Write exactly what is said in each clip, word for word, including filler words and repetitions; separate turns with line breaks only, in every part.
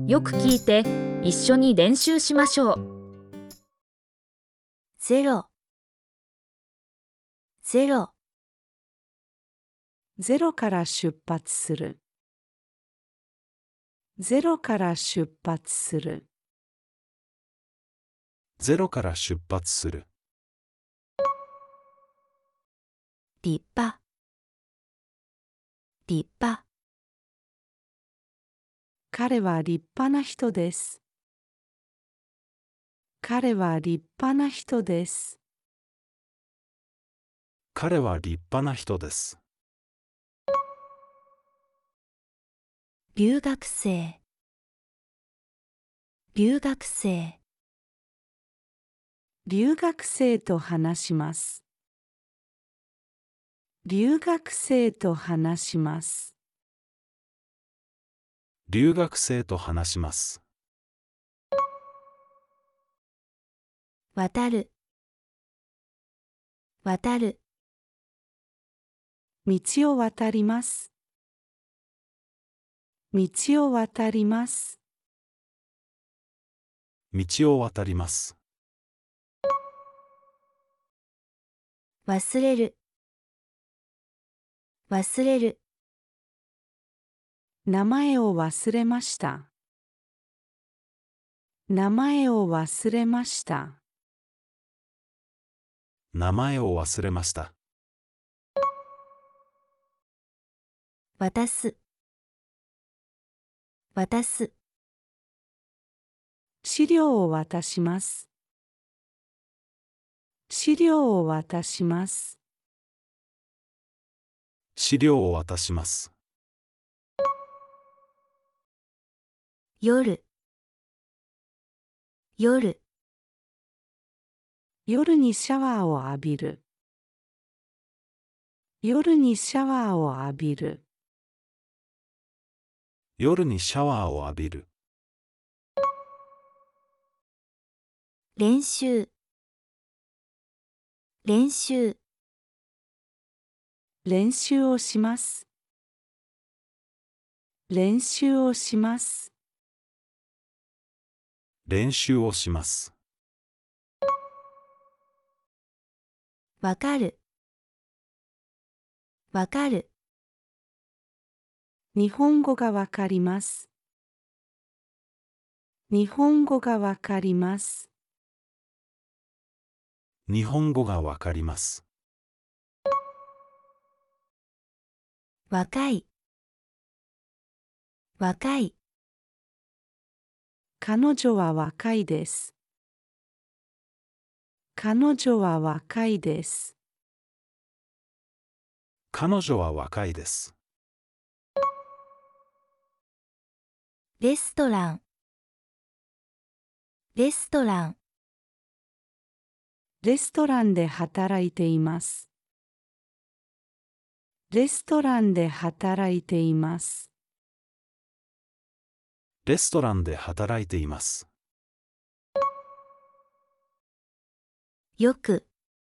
よく聞いて一緒に練習しましょう。
ゼロ、ゼロ、
ゼロから出発する。ゼロから出発する。
ゼロから出発する。
立派、立派。
彼は立派な人です。彼は立派な人です。
彼は立派な人です。
留学生、留学生。
留学生と話します。留学生と話します。
留学生と話します。
渡る、渡る。
道を渡ります。道を渡ります。
道を渡ります。
忘れる、忘れる。
名前を忘れました。名前を忘れました。
名前を忘れました。
渡す、渡す。
資料を渡します。資料を渡します。
資料を渡します。
夜、夜。
夜にシャワーを浴びる。夜にシャワーを浴びる。
夜にシャワーを浴びる。
練習、練習。
練習をします。練習をします。
練習をします。
わかる、わかる。
日本語がわかります。日本語がわかります。
日本語がわかります。
若い、若い。
彼女は若いです。彼女は若いです。
彼女は若いです。
レストラン、レストラン。
レストランで働いています。レストランで働いています。
レストランで働いています。
よく、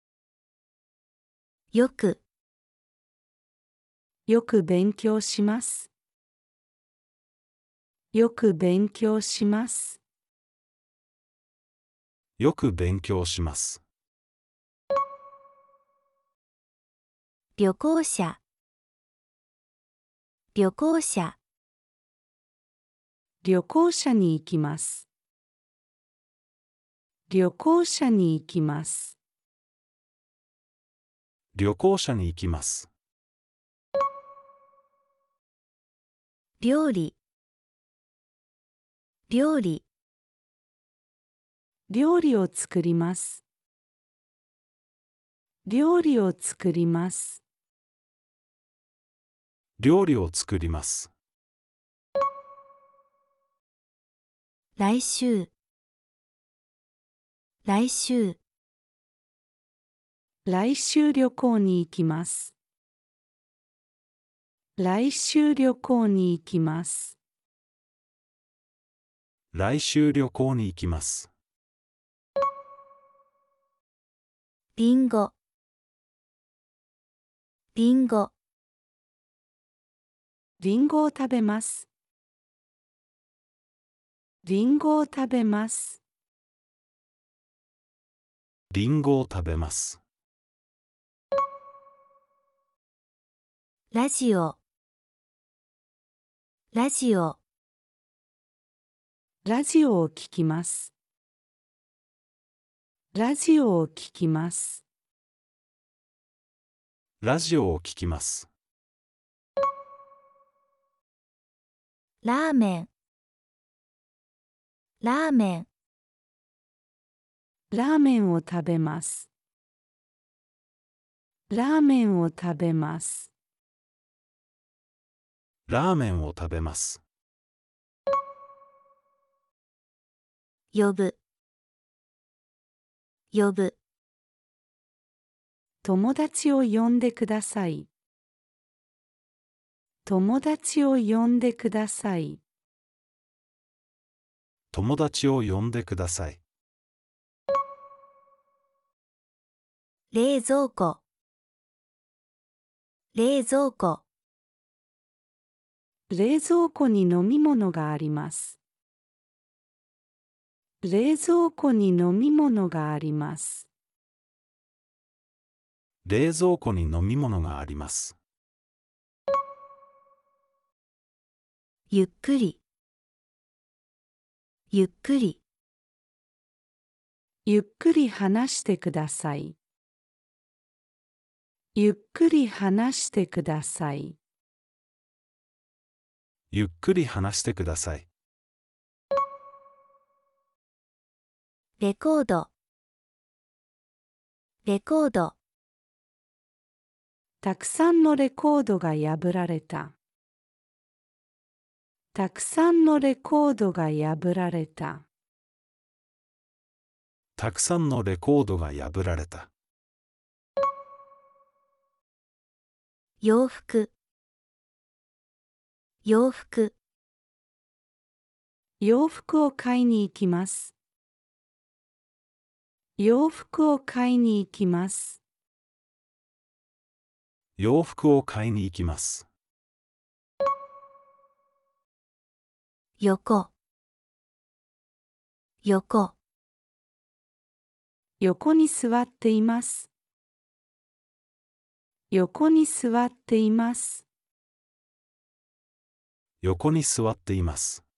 よく。
よく勉強します。よく勉強します。
よく勉強します。
旅行者、旅行者。
旅行者に行きます。旅行者に行きます。
旅行者に行きます。
料理、料理。
料理を作ります。料理を作ります。
料理を作ります。
来週、来週。
来週旅行に行きます。来週旅行に行きます。
来週旅行に行きます。
りんご、りんご。
りんごを食べます。 リンゴを食べます。
リンゴを食べます。
ラジオ、ラジオ、
ラジオを聞きます。ラジオを聞きます。
ラジオを聞きます。
ラーメン、ラーメン、
ラーメンを食べます。ラーメンを食べます。
ラーメンを食べます。
呼ぶ、呼ぶ、
友達を呼んでください。友達を呼んでください。
友達を呼んでください。
冷蔵庫、冷蔵庫、
冷蔵庫に飲み物があります。冷蔵庫に飲み物があります。
冷蔵庫に飲み物があります。
ゆっくり、ゆっくり、
ゆっくり話してください。ゆっくり話してください。
ゆっくり話してください。
レコード、レコード、
たくさんのレコードが破られた。たくさんのレコードが破られた。
たくさんのレコードが破られた。
洋服、洋服、
洋服を買いに行きます。洋服を買いに行きます。
洋服を買いに行きます。
横、横、
横に座っています。横に座っています。
横に座っています。